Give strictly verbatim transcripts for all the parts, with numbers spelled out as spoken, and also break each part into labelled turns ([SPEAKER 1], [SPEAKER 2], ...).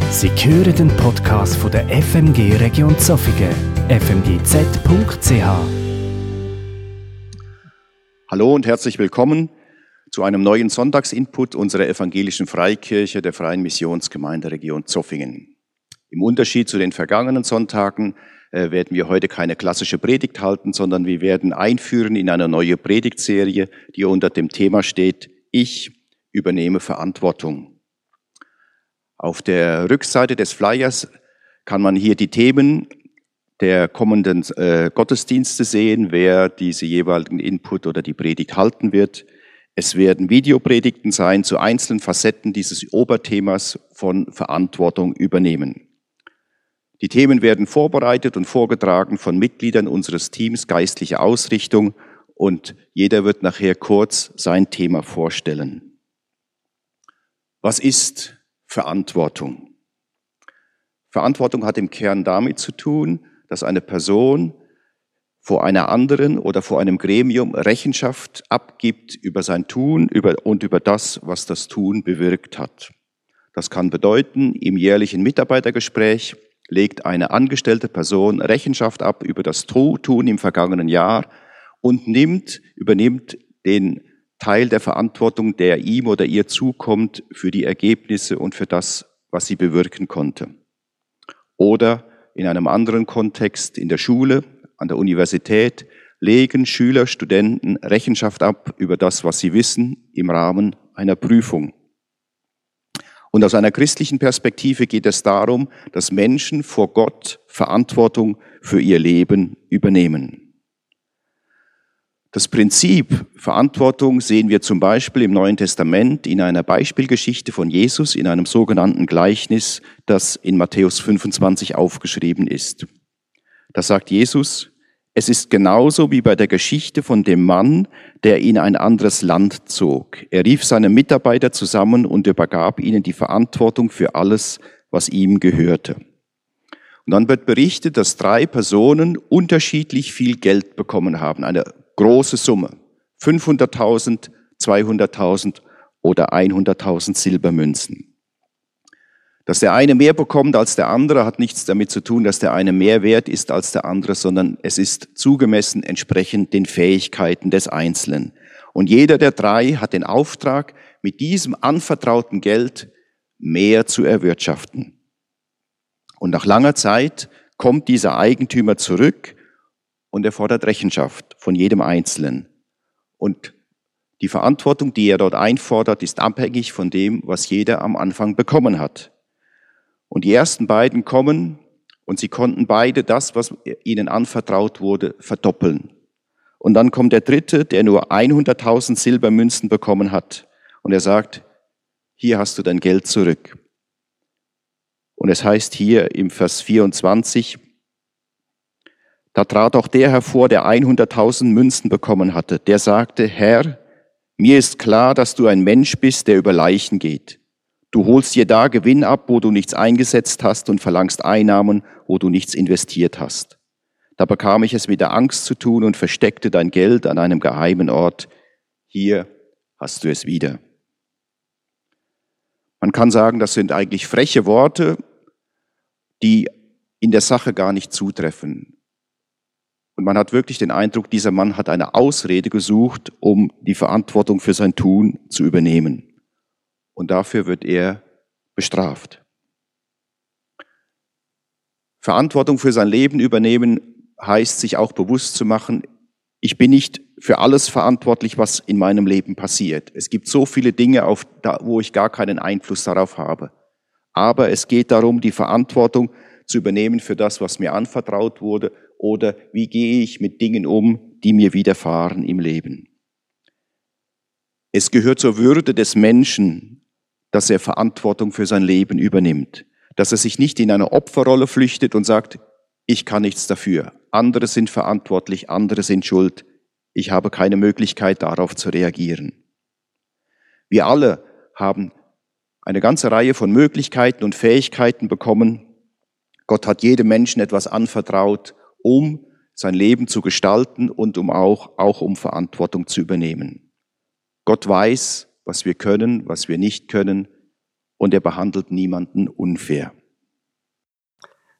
[SPEAKER 1] Sie hören den Podcast von der F M G Region Zofingen, f m g z punkt c h.
[SPEAKER 2] Hallo und herzlich willkommen zu einem neuen Sonntagsinput unserer evangelischen Freikirche der Freien Missionsgemeinde Region Zofingen. Im Unterschied zu den vergangenen Sonntagen äh, werden wir heute keine klassische Predigt halten, sondern wir werden einführen in eine neue Predigtserie, die unter dem Thema steht: Ich übernehme Verantwortung. Auf der Rückseite des Flyers kann man hier die Themen der kommenden äh, Gottesdienste sehen, wer diese jeweiligen Input oder die Predigt halten wird. Es werden Videopredigten sein zu einzelnen Facetten dieses Oberthemas von Verantwortung übernehmen. Die Themen werden vorbereitet und vorgetragen von Mitgliedern unseres Teams Geistliche Ausrichtung und jeder wird nachher kurz sein Thema vorstellen. Was ist Verantwortung? Verantwortung hat im Kern damit zu tun, dass eine Person vor einer anderen oder vor einem Gremium Rechenschaft abgibt über sein Tun über, und über das, was das Tun bewirkt hat. Das kann bedeuten, im jährlichen Mitarbeitergespräch legt eine angestellte Person Rechenschaft ab über das Tun im vergangenen Jahr und nimmt, übernimmt den Teil der Verantwortung, der ihm oder ihr zukommt für die Ergebnisse und für das, was sie bewirken konnte. Oder in einem anderen Kontext in der Schule, an der Universität, legen Schüler, Studenten Rechenschaft ab über das, was sie wissen, im Rahmen einer Prüfung. Und aus einer christlichen Perspektive geht es darum, dass Menschen vor Gott Verantwortung für ihr Leben übernehmen. Das Prinzip Verantwortung sehen wir zum Beispiel im Neuen Testament in einer Beispielgeschichte von Jesus, in einem sogenannten Gleichnis, das in Matthäus fünfundzwanzig aufgeschrieben ist. Da sagt Jesus: Es ist genauso wie bei der Geschichte von dem Mann, der in ein anderes Land zog. Er rief seine Mitarbeiter zusammen und übergab ihnen die Verantwortung für alles, was ihm gehörte. Und dann wird berichtet, dass drei Personen unterschiedlich viel Geld bekommen haben, eine große Summe, fünfhunderttausend, zweihunderttausend oder hunderttausend Silbermünzen. Dass der eine mehr bekommt als der andere, hat nichts damit zu tun, dass der eine mehr wert ist als der andere, sondern es ist zugemessen entsprechend den Fähigkeiten des Einzelnen. Und jeder der drei hat den Auftrag, mit diesem anvertrauten Geld mehr zu erwirtschaften. Und nach langer Zeit kommt dieser Eigentümer zurück und er fordert Rechenschaft von jedem Einzelnen. Und die Verantwortung, die er dort einfordert, ist abhängig von dem, was jeder am Anfang bekommen hat. Und die ersten beiden kommen und sie konnten beide das, was ihnen anvertraut wurde, verdoppeln. Und dann kommt der dritte, der nur hunderttausend Silbermünzen bekommen hat. Und er sagt: Hier hast du dein Geld zurück. Und es heißt hier im Vers vierundzwanzig, da trat auch der hervor, der hunderttausend Münzen bekommen hatte. Der sagte: Herr, mir ist klar, dass du ein Mensch bist, der über Leichen geht. Du holst dir da Gewinn ab, wo du nichts eingesetzt hast und verlangst Einnahmen, wo du nichts investiert hast. Da bekam ich es mit der Angst zu tun und versteckte dein Geld an einem geheimen Ort. Hier hast du es wieder. Man kann sagen, das sind eigentlich freche Worte, die in der Sache gar nicht zutreffen. Und man hat wirklich den Eindruck, dieser Mann hat eine Ausrede gesucht, um die Verantwortung für sein Tun zu übernehmen. Und dafür wird er bestraft. Verantwortung für sein Leben übernehmen heißt, sich auch bewusst zu machen, ich bin nicht für alles verantwortlich, was in meinem Leben passiert. Es gibt so viele Dinge, auf, wo ich gar keinen Einfluss darauf habe. Aber es geht darum, die Verantwortung zu übernehmen für das, was mir anvertraut wurde, oder wie gehe ich mit Dingen um, die mir widerfahren im Leben. Es gehört zur Würde des Menschen, dass er Verantwortung für sein Leben übernimmt, dass er sich nicht in eine Opferrolle flüchtet und sagt, ich kann nichts dafür, andere sind verantwortlich, andere sind schuld, ich habe keine Möglichkeit darauf zu reagieren. Wir alle haben eine ganze Reihe von Möglichkeiten und Fähigkeiten bekommen. Gott hat jedem Menschen etwas anvertraut, um sein Leben zu gestalten und um auch, auch um Verantwortung zu übernehmen. Gott weiß, was wir können, was wir nicht können, und er behandelt niemanden unfair.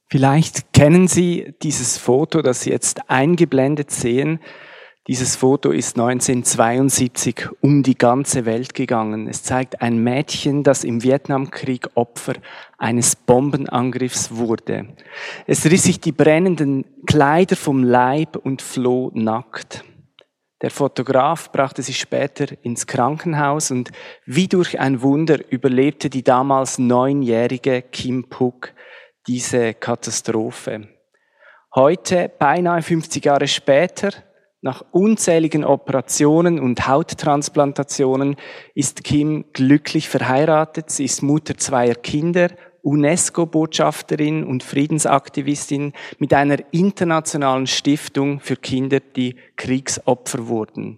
[SPEAKER 3] Vielleicht kennen Sie dieses Foto, das Sie jetzt eingeblendet sehen. Dieses Foto ist neunzehnhundertzweiundsiebzig um die ganze Welt gegangen. Es zeigt ein Mädchen, das im Vietnamkrieg Opfer eines Bombenangriffs wurde. Es riss sich die brennenden Kleider vom Leib und floh nackt. Der Fotograf brachte sie später ins Krankenhaus und wie durch ein Wunder überlebte die damals neunjährige Kim Phuc diese Katastrophe. Heute, beinahe fünfzig Jahre später, nach unzähligen Operationen und Hauttransplantationen, ist Kim glücklich verheiratet. Sie ist Mutter zweier Kinder, UNESCO-Botschafterin und Friedensaktivistin mit einer internationalen Stiftung für Kinder, die Kriegsopfer wurden.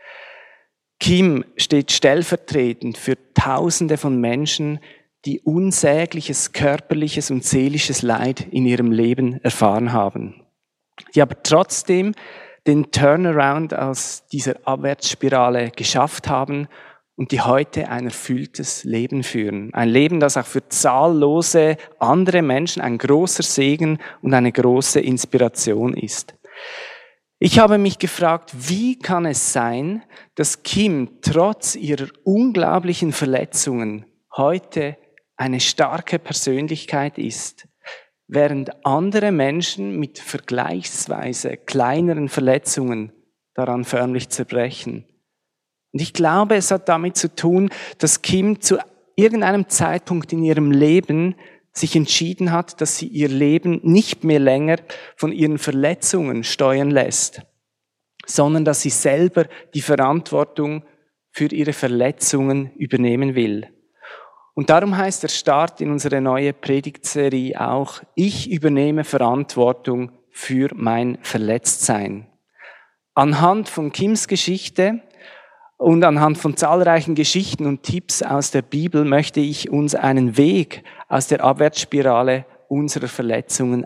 [SPEAKER 3] Kim steht stellvertretend für Tausende von Menschen, die unsägliches körperliches und seelisches Leid in ihrem Leben erfahren haben, die aber trotzdem den Turnaround aus dieser Abwärtsspirale geschafft haben und die heute ein erfülltes Leben führen. Ein Leben, das auch für zahllose andere Menschen ein großer Segen und eine große Inspiration ist. Ich habe mich gefragt, wie kann es sein, dass Kim trotz ihrer unglaublichen Verletzungen heute eine starke Persönlichkeit ist, während andere Menschen mit vergleichsweise kleineren Verletzungen daran förmlich zerbrechen. Und ich glaube, es hat damit zu tun, dass Kim zu irgendeinem Zeitpunkt in ihrem Leben sich entschieden hat, dass sie ihr Leben nicht mehr länger von ihren Verletzungen steuern lässt, sondern dass sie selber die Verantwortung für ihre Verletzungen übernehmen will. Und darum heißt der Start in unsere neue Predigtserie auch, ich übernehme Verantwortung für mein Verletztsein. Anhand von Kims Geschichte und anhand von zahlreichen Geschichten und Tipps aus der Bibel möchte ich uns einen Weg aus der Abwärtsspirale unserer Verletzungen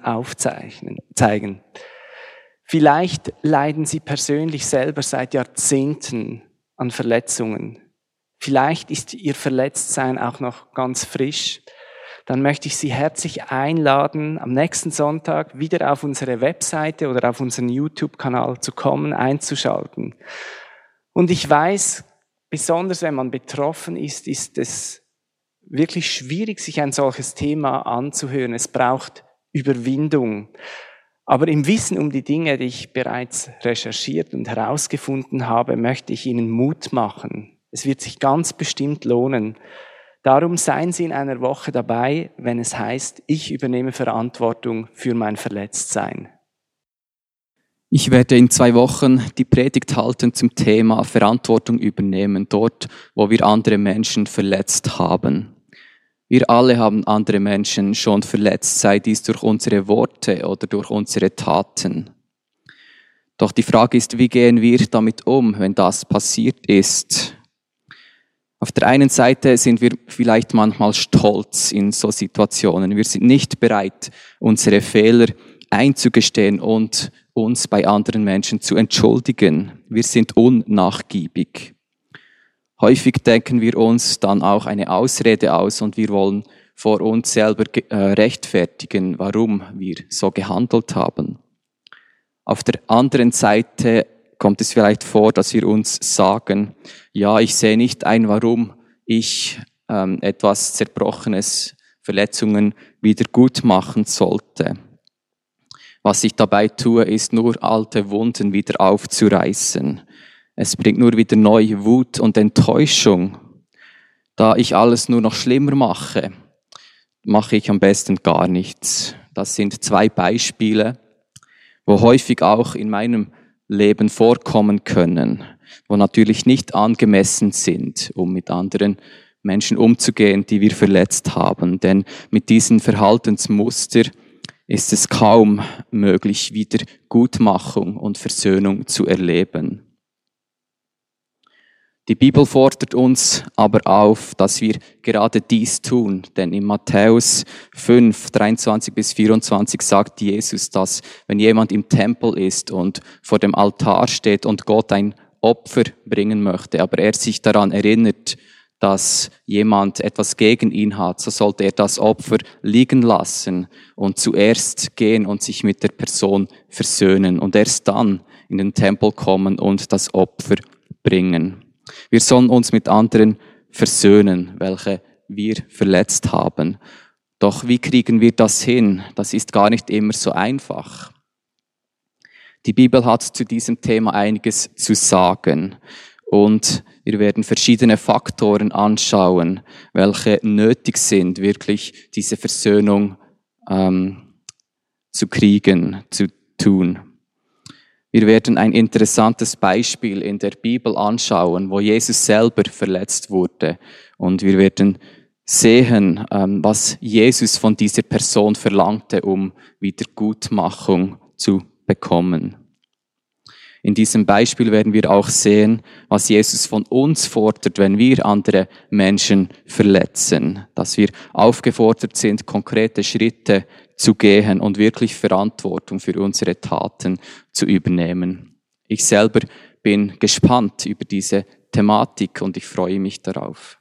[SPEAKER 3] aufzeigen. Vielleicht leiden Sie persönlich selber seit Jahrzehnten an Verletzungen. Vielleicht ist Ihr Verletztsein auch noch ganz frisch. Dann möchte ich Sie herzlich einladen, am nächsten Sonntag wieder auf unsere Webseite oder auf unseren YouTube-Kanal zu kommen, einzuschalten. Und ich weiß, besonders wenn man betroffen ist, ist es wirklich schwierig, sich ein solches Thema anzuhören. Es braucht Überwindung. Aber im Wissen um die Dinge, die ich bereits recherchiert und herausgefunden habe, möchte ich Ihnen Mut machen. Es wird sich ganz bestimmt lohnen. Darum seien Sie in einer Woche dabei, wenn es heißt, ich übernehme Verantwortung für mein Verletztsein.
[SPEAKER 4] Ich werde in zwei Wochen die Predigt halten zum Thema Verantwortung übernehmen, dort, wo wir andere Menschen verletzt haben. Wir alle haben andere Menschen schon verletzt, sei dies durch unsere Worte oder durch unsere Taten. Doch die Frage ist, wie gehen wir damit um, wenn das passiert ist? Auf der einen Seite sind wir vielleicht manchmal stolz in so Situationen. Wir sind nicht bereit, unsere Fehler einzugestehen und uns bei anderen Menschen zu entschuldigen. Wir sind unnachgiebig. Häufig denken wir uns dann auch eine Ausrede aus und wir wollen vor uns selber rechtfertigen, warum wir so gehandelt haben. Auf der anderen Seite kommt es vielleicht vor, dass wir uns sagen, ja, ich sehe nicht ein, warum ich ähm, etwas Zerbrochenes, Verletzungen wieder gut machen sollte. Was ich dabei tue, ist nur alte Wunden wieder aufzureißen. Es bringt nur wieder neue Wut und Enttäuschung. Da ich alles nur noch schlimmer mache, mache ich am besten gar nichts. Das sind zwei Beispiele, wo häufig auch in meinem Leben vorkommen können, wo natürlich nicht angemessen sind, um mit anderen Menschen umzugehen, die wir verletzt haben. Denn mit diesen Verhaltensmuster ist es kaum möglich, wieder Gutmachung und Versöhnung zu erleben. Die Bibel fordert uns aber auf, dass wir gerade dies tun, denn in Matthäus fünf, dreiundzwanzig bis vierundzwanzig sagt Jesus, dass wenn jemand im Tempel ist und vor dem Altar steht und Gott ein Opfer bringen möchte, aber er sich daran erinnert, dass jemand etwas gegen ihn hat, so sollte er das Opfer liegen lassen und zuerst gehen und sich mit der Person versöhnen und erst dann in den Tempel kommen und das Opfer bringen. Wir sollen uns mit anderen versöhnen, welche wir verletzt haben. Doch wie kriegen wir das hin? Das ist gar nicht immer so einfach. Die Bibel hat zu diesem Thema einiges zu sagen und wir werden verschiedene Faktoren anschauen, welche nötig sind, wirklich diese Versöhnung ähm, zu kriegen, zu tun. Wir werden ein interessantes Beispiel in der Bibel anschauen, wo Jesus selber verletzt wurde und wir werden sehen, ähm, was Jesus von dieser Person verlangte, um Wiedergutmachung zu bekommen. In diesem Beispiel werden wir auch sehen, was Jesus von uns fordert, wenn wir andere Menschen verletzen. Dass wir aufgefordert sind, konkrete Schritte zu gehen und wirklich Verantwortung für unsere Taten zu übernehmen. Ich selber bin gespannt über diese Thematik und ich freue mich darauf.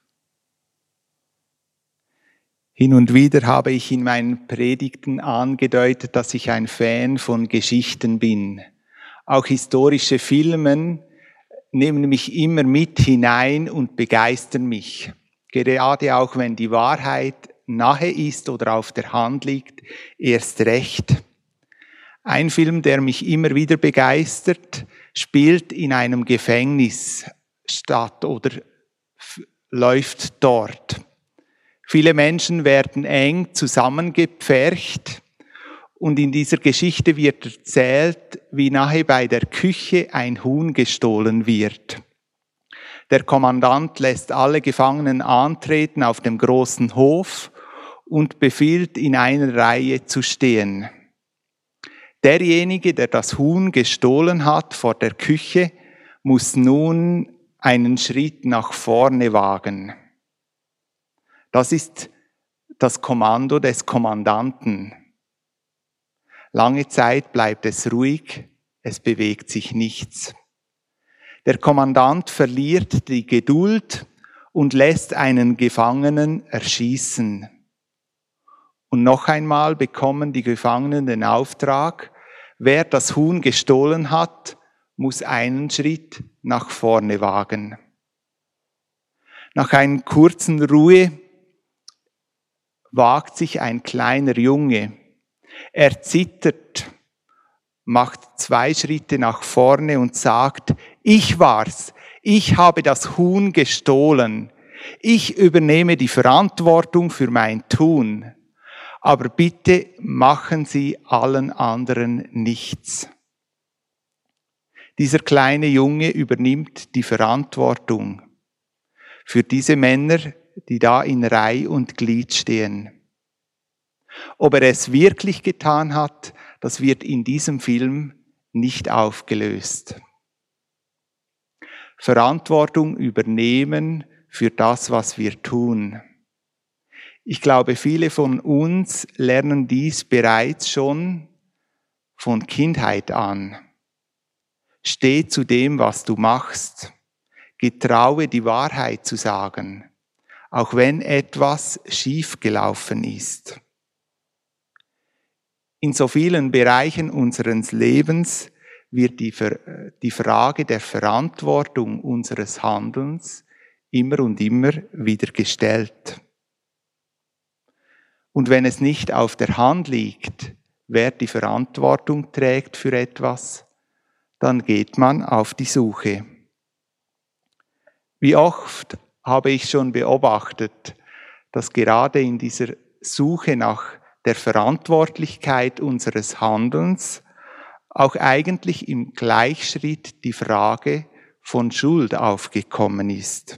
[SPEAKER 5] Hin und wieder habe ich in meinen Predigten angedeutet, dass ich ein Fan von Geschichten bin. Auch historische Filme nehmen mich immer mit hinein und begeistern mich. Gerade auch wenn die Wahrheit nahe ist oder auf der Hand liegt, erst recht. Ein Film, der mich immer wieder begeistert, spielt in einem Gefängnis statt oder f- läuft dort. Viele Menschen werden eng zusammengepfercht. Und in dieser Geschichte wird erzählt, wie nahe bei der Küche ein Huhn gestohlen wird. Der Kommandant lässt alle Gefangenen antreten auf dem großen Hof und befiehlt, in einer Reihe zu stehen. Derjenige, der das Huhn gestohlen hat vor der Küche, muss nun einen Schritt nach vorne wagen. Das ist das Kommando des Kommandanten. Lange Zeit bleibt es ruhig, es bewegt sich nichts. Der Kommandant verliert die Geduld und lässt einen Gefangenen erschießen. Und noch einmal bekommen die Gefangenen den Auftrag, wer das Huhn gestohlen hat, muss einen Schritt nach vorne wagen. Nach einer kurzen Ruhe wagt sich ein kleiner Junge. Er zittert, macht zwei Schritte nach vorne und sagt, ich war's, ich habe das Huhn gestohlen, ich übernehme die Verantwortung für mein Tun, aber bitte machen Sie allen anderen nichts. Dieser kleine Junge übernimmt die Verantwortung für diese Männer, die da in Reih und Glied stehen. Ob er es wirklich getan hat, das wird in diesem Film nicht aufgelöst. Verantwortung übernehmen für das, was wir tun. Ich glaube, viele von uns lernen dies bereits schon von Kindheit an. Steh zu dem, was du machst. Getraue, die Wahrheit zu sagen, auch wenn etwas schiefgelaufen ist. In so vielen Bereichen unseres Lebens wird die, die Frage der Verantwortung unseres Handelns immer und immer wieder gestellt. Und wenn es nicht auf der Hand liegt, wer die Verantwortung trägt für etwas, dann geht man auf die Suche. Wie oft habe ich schon beobachtet, dass gerade in dieser Suche nach der Verantwortlichkeit unseres Handelns auch eigentlich im Gleichschritt die Frage von Schuld aufgekommen ist.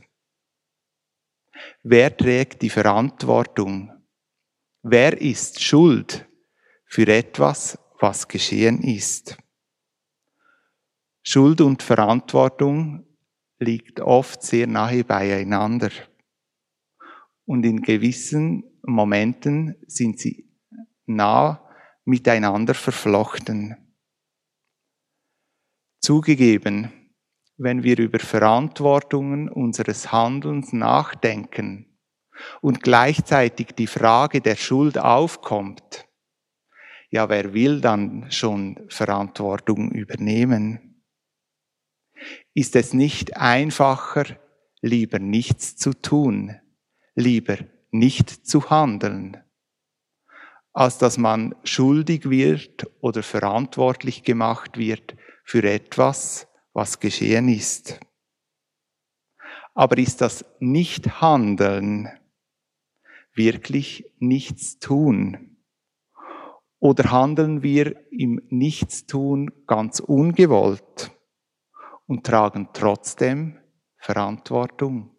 [SPEAKER 5] Wer trägt die Verantwortung? Wer ist schuld für etwas, was geschehen ist? Schuld und Verantwortung liegt oft sehr nahe beieinander. Und in gewissen Momenten sind sie nah miteinander verflochten. Zugegeben, wenn wir über Verantwortungen unseres Handelns nachdenken und gleichzeitig die Frage der Schuld aufkommt, ja, wer will dann schon Verantwortung übernehmen? Ist es nicht einfacher, lieber nichts zu tun, lieber nicht zu handeln, als dass man schuldig wird oder verantwortlich gemacht wird für etwas, was geschehen ist? Aber ist das Nicht-Handeln wirklich Nichtstun? Oder handeln wir im Nichtstun ganz ungewollt und tragen trotzdem Verantwortung?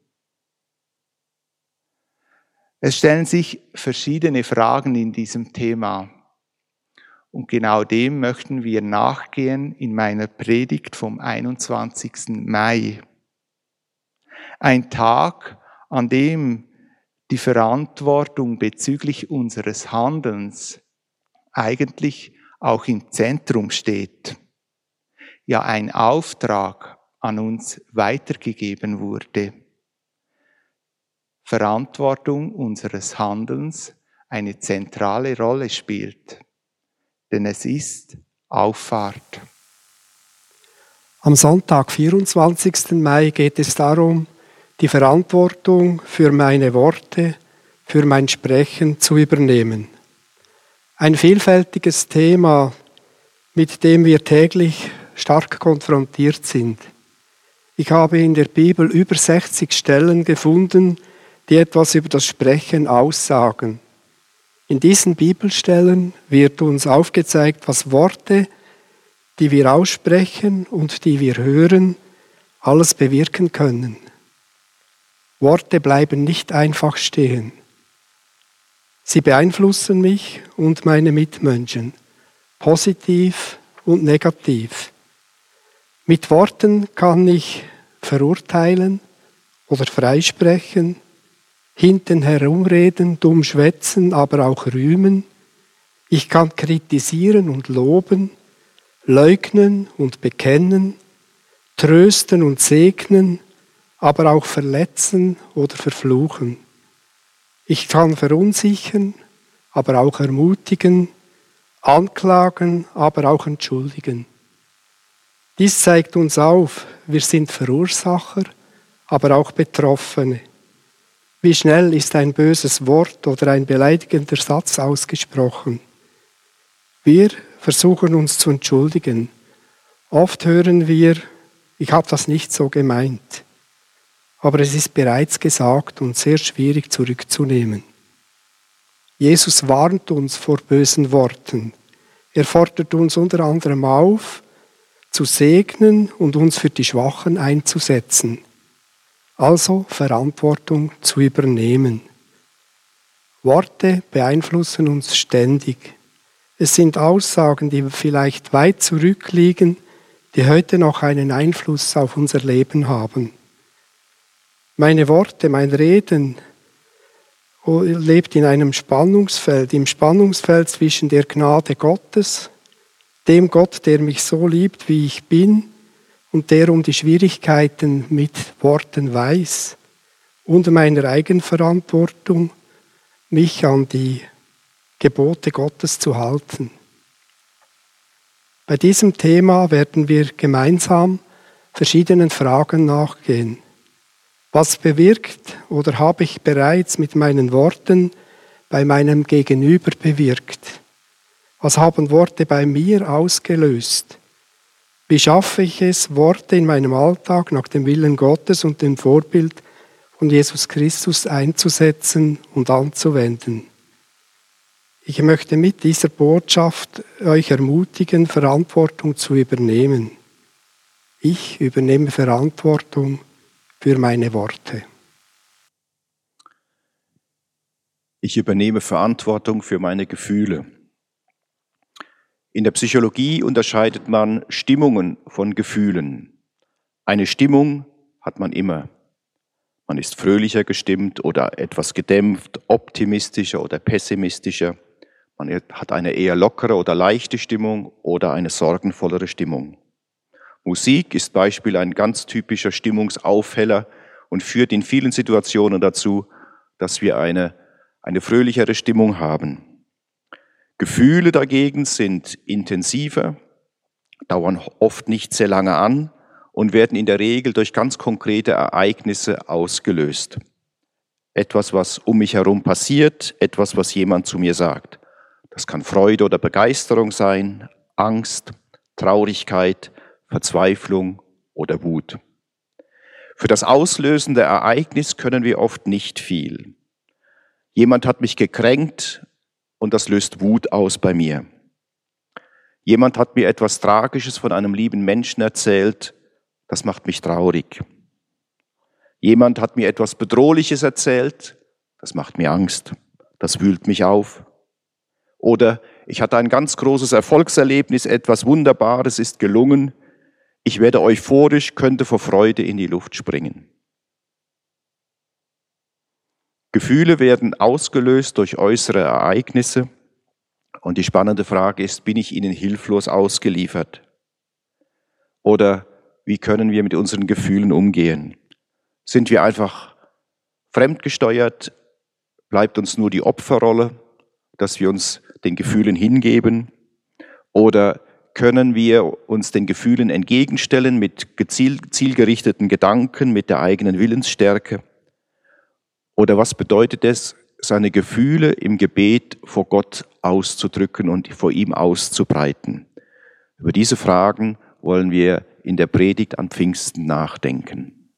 [SPEAKER 5] Es stellen sich verschiedene Fragen in diesem Thema. Und genau dem möchten wir nachgehen in meiner Predigt vom einundzwanzigsten Mai. Ein Tag, an dem die Verantwortung bezüglich unseres Handelns eigentlich auch im Zentrum steht. Ja, ein Auftrag an uns weitergegeben wurde. Verantwortung unseres Handelns eine zentrale Rolle spielt. Denn es ist Auffahrt.
[SPEAKER 6] Am Sonntag, vierundzwanzigsten Mai, geht es darum, die Verantwortung für meine Worte, für mein Sprechen zu übernehmen. Ein vielfältiges Thema, mit dem wir täglich stark konfrontiert sind. Ich habe in der Bibel über sechzig Stellen gefunden, die etwas über das Sprechen aussagen. In diesen Bibelstellen wird uns aufgezeigt, was Worte, die wir aussprechen und die wir hören, alles bewirken können. Worte bleiben nicht einfach stehen. Sie beeinflussen mich und meine Mitmenschen, positiv und negativ. Mit Worten kann ich verurteilen oder freisprechen, hinten herumreden, dumm schwätzen, aber auch rühmen. Ich kann kritisieren und loben, leugnen und bekennen, trösten und segnen, aber auch verletzen oder verfluchen. Ich kann verunsichern, aber auch ermutigen, anklagen, aber auch entschuldigen. Dies zeigt uns auf, wir sind Verursacher, aber auch Betroffene. Wie schnell ist ein böses Wort oder ein beleidigender Satz ausgesprochen? Wir versuchen uns zu entschuldigen. Oft hören wir, ich habe das nicht so gemeint. Aber es ist bereits gesagt und sehr schwierig zurückzunehmen. Jesus warnt uns vor bösen Worten. Er fordert uns unter anderem auf, zu segnen und uns für die Schwachen einzusetzen. Also Verantwortung zu übernehmen. Worte beeinflussen uns ständig. Es sind Aussagen, die vielleicht weit zurückliegen, die heute noch einen Einfluss auf unser Leben haben. Meine Worte, mein Reden lebt in einem Spannungsfeld, im Spannungsfeld zwischen der Gnade Gottes, dem Gott, der mich so liebt, wie ich bin, und der um die Schwierigkeiten mit Worten weiß, und meiner Eigenverantwortung, mich an die Gebote Gottes zu halten. Bei diesem Thema werden wir gemeinsam verschiedenen Fragen nachgehen. Was bewirkt oder habe ich bereits mit meinen Worten bei meinem Gegenüber bewirkt? Was haben Worte bei mir ausgelöst? Wie schaffe ich es, Worte in meinem Alltag nach dem Willen Gottes und dem Vorbild von Jesus Christus einzusetzen und anzuwenden? Ich möchte mit dieser Botschaft euch ermutigen, Verantwortung zu übernehmen. Ich übernehme Verantwortung für meine Worte.
[SPEAKER 2] Ich übernehme Verantwortung für meine Gefühle. In der Psychologie unterscheidet man Stimmungen von Gefühlen. Eine Stimmung hat man immer. Man ist fröhlicher gestimmt oder etwas gedämpft, optimistischer oder pessimistischer. Man hat eine eher lockere oder leichte Stimmung oder eine sorgenvollere Stimmung. Musik ist Beispiel ein ganz typischer Stimmungsaufheller und führt in vielen Situationen dazu, dass wir eine, eine fröhlichere Stimmung haben. Gefühle dagegen sind intensiver, dauern oft nicht sehr lange an und werden in der Regel durch ganz konkrete Ereignisse ausgelöst. Etwas, was um mich herum passiert, etwas, was jemand zu mir sagt. Das kann Freude oder Begeisterung sein, Angst, Traurigkeit, Verzweiflung oder Wut. Für das auslösende Ereignis können wir oft nicht viel. Jemand hat mich gekränkt und das löst Wut aus bei mir. Jemand hat mir etwas Tragisches von einem lieben Menschen erzählt, das macht mich traurig. Jemand hat mir etwas Bedrohliches erzählt, das macht mir Angst, das wühlt mich auf. Oder ich hatte ein ganz großes Erfolgserlebnis, etwas Wunderbares ist gelungen, ich werde euphorisch, könnte vor Freude in die Luft springen. Gefühle werden ausgelöst durch äußere Ereignisse und die spannende Frage ist, bin ich ihnen hilflos ausgeliefert? Oder wie können wir mit unseren Gefühlen umgehen? Sind wir einfach fremdgesteuert? Bleibt uns nur die Opferrolle, dass wir uns den Gefühlen hingeben? Oder können wir uns den Gefühlen entgegenstellen mit gezielt, zielgerichteten Gedanken, mit der eigenen Willensstärke? Oder was bedeutet es, seine Gefühle im Gebet vor Gott auszudrücken und vor ihm auszubreiten? Über diese Fragen wollen wir in der Predigt an Pfingsten nachdenken.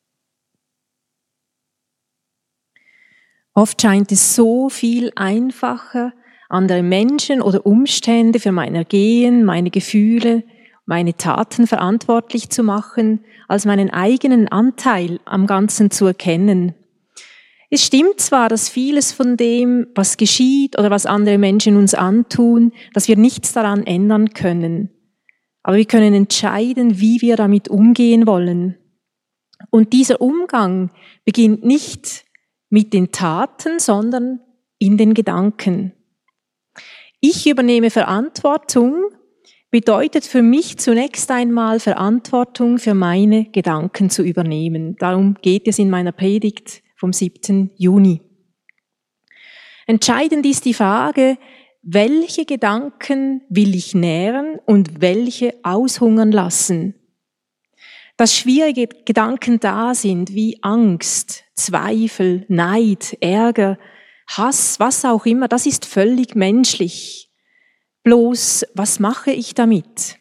[SPEAKER 7] Oft scheint es so viel einfacher, andere Menschen oder Umstände für mein Ergehen, meine Gefühle, meine Taten verantwortlich zu machen, als meinen eigenen Anteil am Ganzen zu erkennen. Es stimmt zwar, dass vieles von dem, was geschieht oder was andere Menschen uns antun, dass wir nichts daran ändern können. Aber wir können entscheiden, wie wir damit umgehen wollen. Und dieser Umgang beginnt nicht mit den Taten, sondern in den Gedanken. Ich übernehme Verantwortung, bedeutet für mich zunächst einmal Verantwortung für meine Gedanken zu übernehmen. Darum geht es in meiner Predigt vom siebten Juni. Entscheidend ist die Frage, welche Gedanken will ich nähren und welche aushungern lassen? Dass schwierige Gedanken da sind, wie Angst, Zweifel, Neid, Ärger, Hass, was auch immer, das ist völlig menschlich. Bloß, was mache ich damit?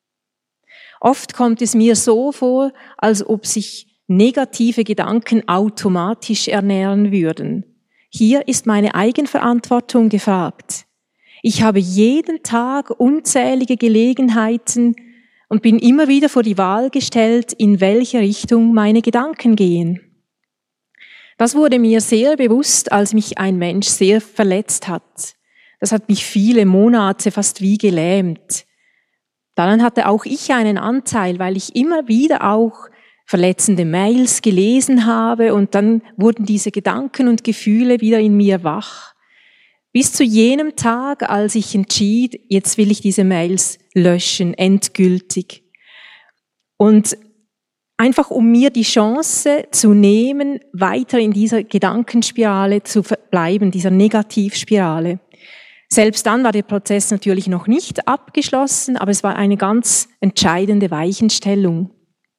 [SPEAKER 7] Oft kommt es mir so vor, als ob sich negative Gedanken automatisch ernähren würden. Hier ist meine Eigenverantwortung gefragt. Ich habe jeden Tag unzählige Gelegenheiten und bin immer wieder vor die Wahl gestellt, in welche Richtung meine Gedanken gehen. Das wurde mir sehr bewusst, als mich ein Mensch sehr verletzt hat. Das hat mich viele Monate fast wie gelähmt. Daran hatte auch ich einen Anteil, weil ich immer wieder auch verletzende Mails gelesen habe und dann wurden diese Gedanken und Gefühle wieder in mir wach. Bis zu jenem Tag, als ich entschied, jetzt will ich diese Mails löschen, endgültig. Und einfach um mir die Chance zu nehmen, weiter in dieser Gedankenspirale zu bleiben, dieser Negativspirale. Selbst dann war der Prozess natürlich noch nicht abgeschlossen, aber es war eine ganz entscheidende Weichenstellung.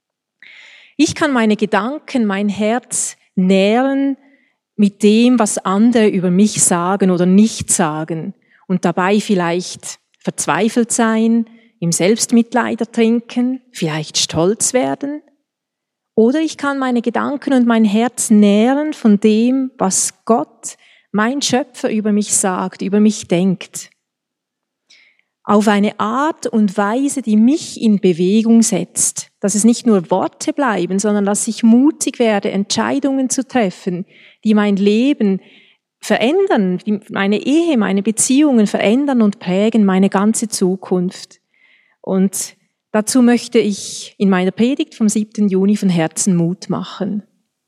[SPEAKER 7] Ich kann meine Gedanken, mein Herz nähren mit dem, was andere über mich sagen oder nicht sagen und dabei vielleicht verzweifelt sein, im Selbstmitleid ertrinken, vielleicht stolz werden. Oder ich kann meine Gedanken und mein Herz nähren von dem, was Gott, mein Schöpfer, über mich sagt, über mich denkt. Auf eine Art und Weise, die mich in Bewegung setzt. Dass es nicht nur Worte bleiben, sondern dass ich mutig werde, Entscheidungen zu treffen, die mein Leben verändern, die meine Ehe, meine Beziehungen verändern und prägen, meine ganze Zukunft. Und dazu möchte ich in meiner Predigt vom siebten Juni von Herzen Mut machen.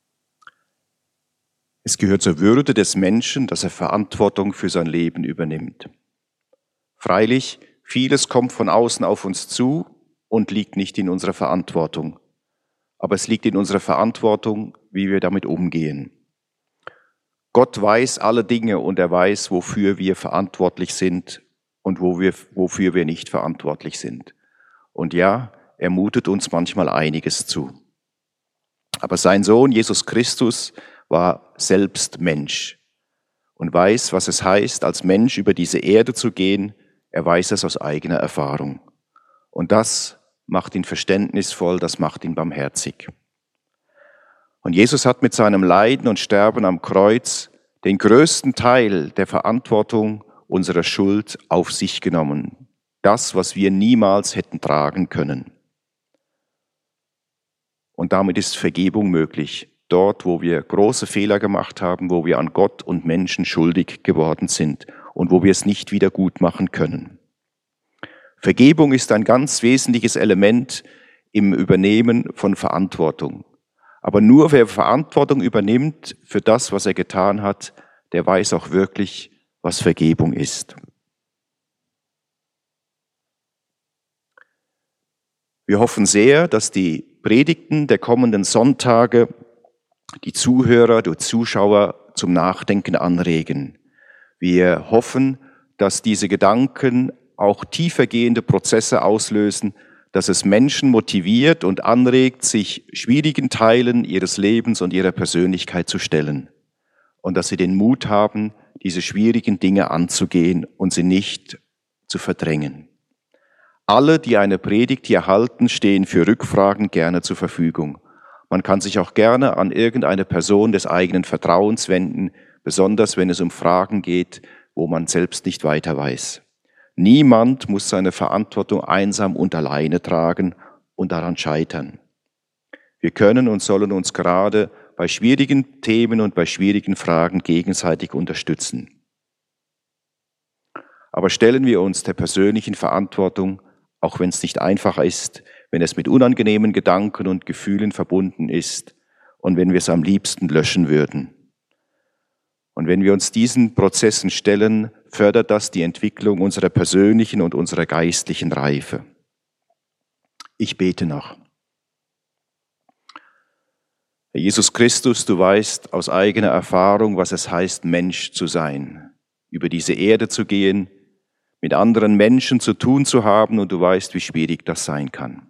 [SPEAKER 2] Es gehört zur Würde des Menschen, dass er Verantwortung für sein Leben übernimmt. Freilich, vieles kommt von außen auf uns zu und liegt nicht in unserer Verantwortung. Aber es liegt in unserer Verantwortung, wie wir damit umgehen. Gott weiß alle Dinge und er weiß, wofür wir verantwortlich sind und wo wir, wofür wir nicht verantwortlich sind. Und ja, er mutet uns manchmal einiges zu. Aber sein Sohn Jesus Christus war selbst Mensch und weiß, was es heißt, als Mensch über diese Erde zu gehen. Er weiß es aus eigener Erfahrung. Und das macht ihn verständnisvoll, das macht ihn barmherzig. Und Jesus hat mit seinem Leiden und Sterben am Kreuz den größten Teil der Verantwortung unserer Schuld auf sich genommen. Das, was wir niemals hätten tragen können. Und damit ist Vergebung möglich. Dort, wo wir große Fehler gemacht haben, wo wir an Gott und Menschen schuldig geworden sind und wo wir es nicht wieder gut machen können. Vergebung ist ein ganz wesentliches Element im Übernehmen von Verantwortung. Aber nur wer Verantwortung übernimmt für das, was er getan hat, der weiß auch wirklich, was Vergebung ist. Wir hoffen sehr, dass die Predigten der kommenden Sonntage die Zuhörer, die Zuschauer zum Nachdenken anregen. Wir hoffen, dass diese Gedanken auch tiefergehende Prozesse auslösen, dass es Menschen motiviert und anregt, sich schwierigen Teilen ihres Lebens und ihrer Persönlichkeit zu stellen. Und dass sie den Mut haben, diese schwierigen Dinge anzugehen und sie nicht zu verdrängen. Alle, die eine Predigt hier halten, stehen für Rückfragen gerne zur Verfügung. Man kann sich auch gerne an irgendeine Person des eigenen Vertrauens wenden, besonders wenn es um Fragen geht, wo man selbst nicht weiter weiß. Niemand muss seine Verantwortung einsam und alleine tragen und daran scheitern. Wir können und sollen uns gerade bei schwierigen Themen und bei schwierigen Fragen gegenseitig unterstützen. Aber stellen wir uns der persönlichen Verantwortung, auch wenn es nicht einfach ist, wenn es mit unangenehmen Gedanken und Gefühlen verbunden ist und wenn wir es am liebsten löschen würden. Und wenn wir uns diesen Prozessen stellen, fördert das die Entwicklung unserer persönlichen und unserer geistlichen Reife. Ich bete noch. Herr Jesus Christus, du weißt aus eigener Erfahrung, was es heißt, Mensch zu sein, über diese Erde zu gehen, mit anderen Menschen zu tun zu haben, und du weißt, wie schwierig das sein kann.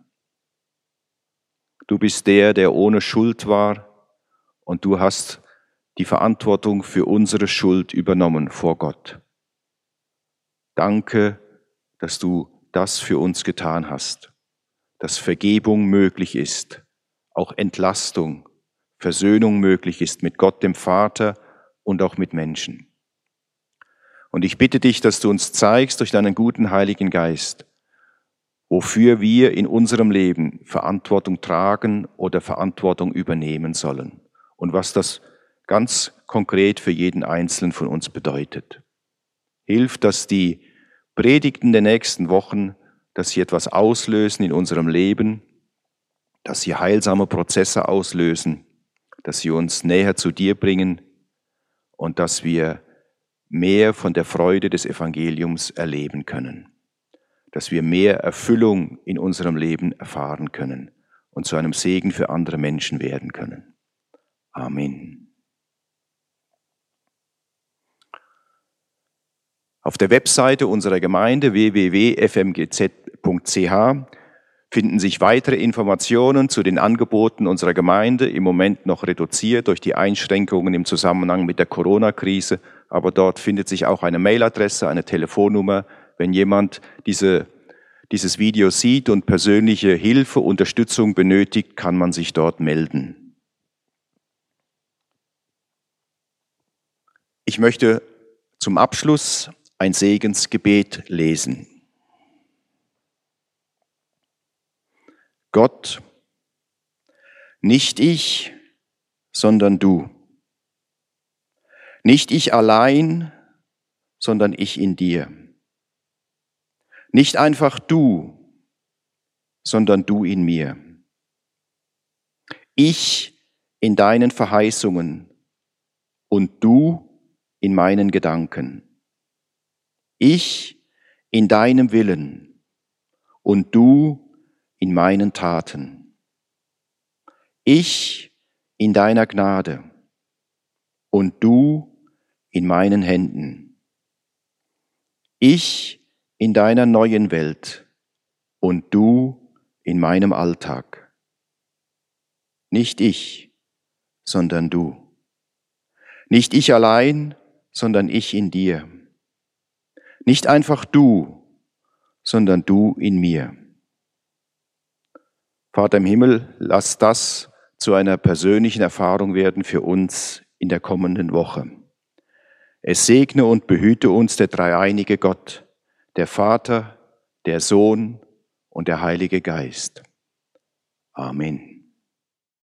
[SPEAKER 2] Du bist der, der ohne Schuld war, und du hast die Verantwortung für unsere Schuld übernommen vor Gott. Danke, dass du das für uns getan hast, dass Vergebung möglich ist, auch Entlastung, Versöhnung möglich ist mit Gott, dem Vater, und auch mit Menschen. Und ich bitte dich, dass du uns zeigst durch deinen guten Heiligen Geist, wofür wir in unserem Leben Verantwortung tragen oder Verantwortung übernehmen sollen und was das ganz konkret für jeden Einzelnen von uns bedeutet. Hilf, dass die Predigten der nächsten Wochen, dass sie etwas auslösen in unserem Leben, dass sie heilsame Prozesse auslösen, dass sie uns näher zu dir bringen und dass wir mehr von der Freude des Evangeliums erleben können, dass wir mehr Erfüllung in unserem Leben erfahren können und zu einem Segen für andere Menschen werden können. Amen. Auf der Webseite unserer Gemeinde w w w punkt f m g z punkt c h finden sich weitere Informationen zu den Angeboten unserer Gemeinde, im Moment noch reduziert durch die Einschränkungen im Zusammenhang mit der Corona-Krise, aber dort findet sich auch eine Mailadresse, eine Telefonnummer. Wenn jemand diese, dieses Video sieht und persönliche Hilfe, Unterstützung benötigt, kann man sich dort melden. Ich möchte zum Abschluss ein Segensgebet lesen. Gott, nicht ich, sondern du. Nicht ich allein, sondern ich in dir. Nicht einfach du, sondern du in mir. Ich in deinen Verheißungen und du in meinen Gedanken. Ich in deinem Willen und du in meinen Taten. Ich in deiner Gnade und du in meinen Händen. Ich in deiner neuen Welt und du in meinem Alltag. Nicht ich, sondern du. Nicht ich allein, sondern ich in dir. Nicht einfach du, sondern du in mir. Vater im Himmel, lass das zu einer persönlichen Erfahrung werden für uns in der kommenden Woche. Es segne und behüte uns der dreieinige Gott, der Vater, der Sohn und der Heilige Geist. Amen.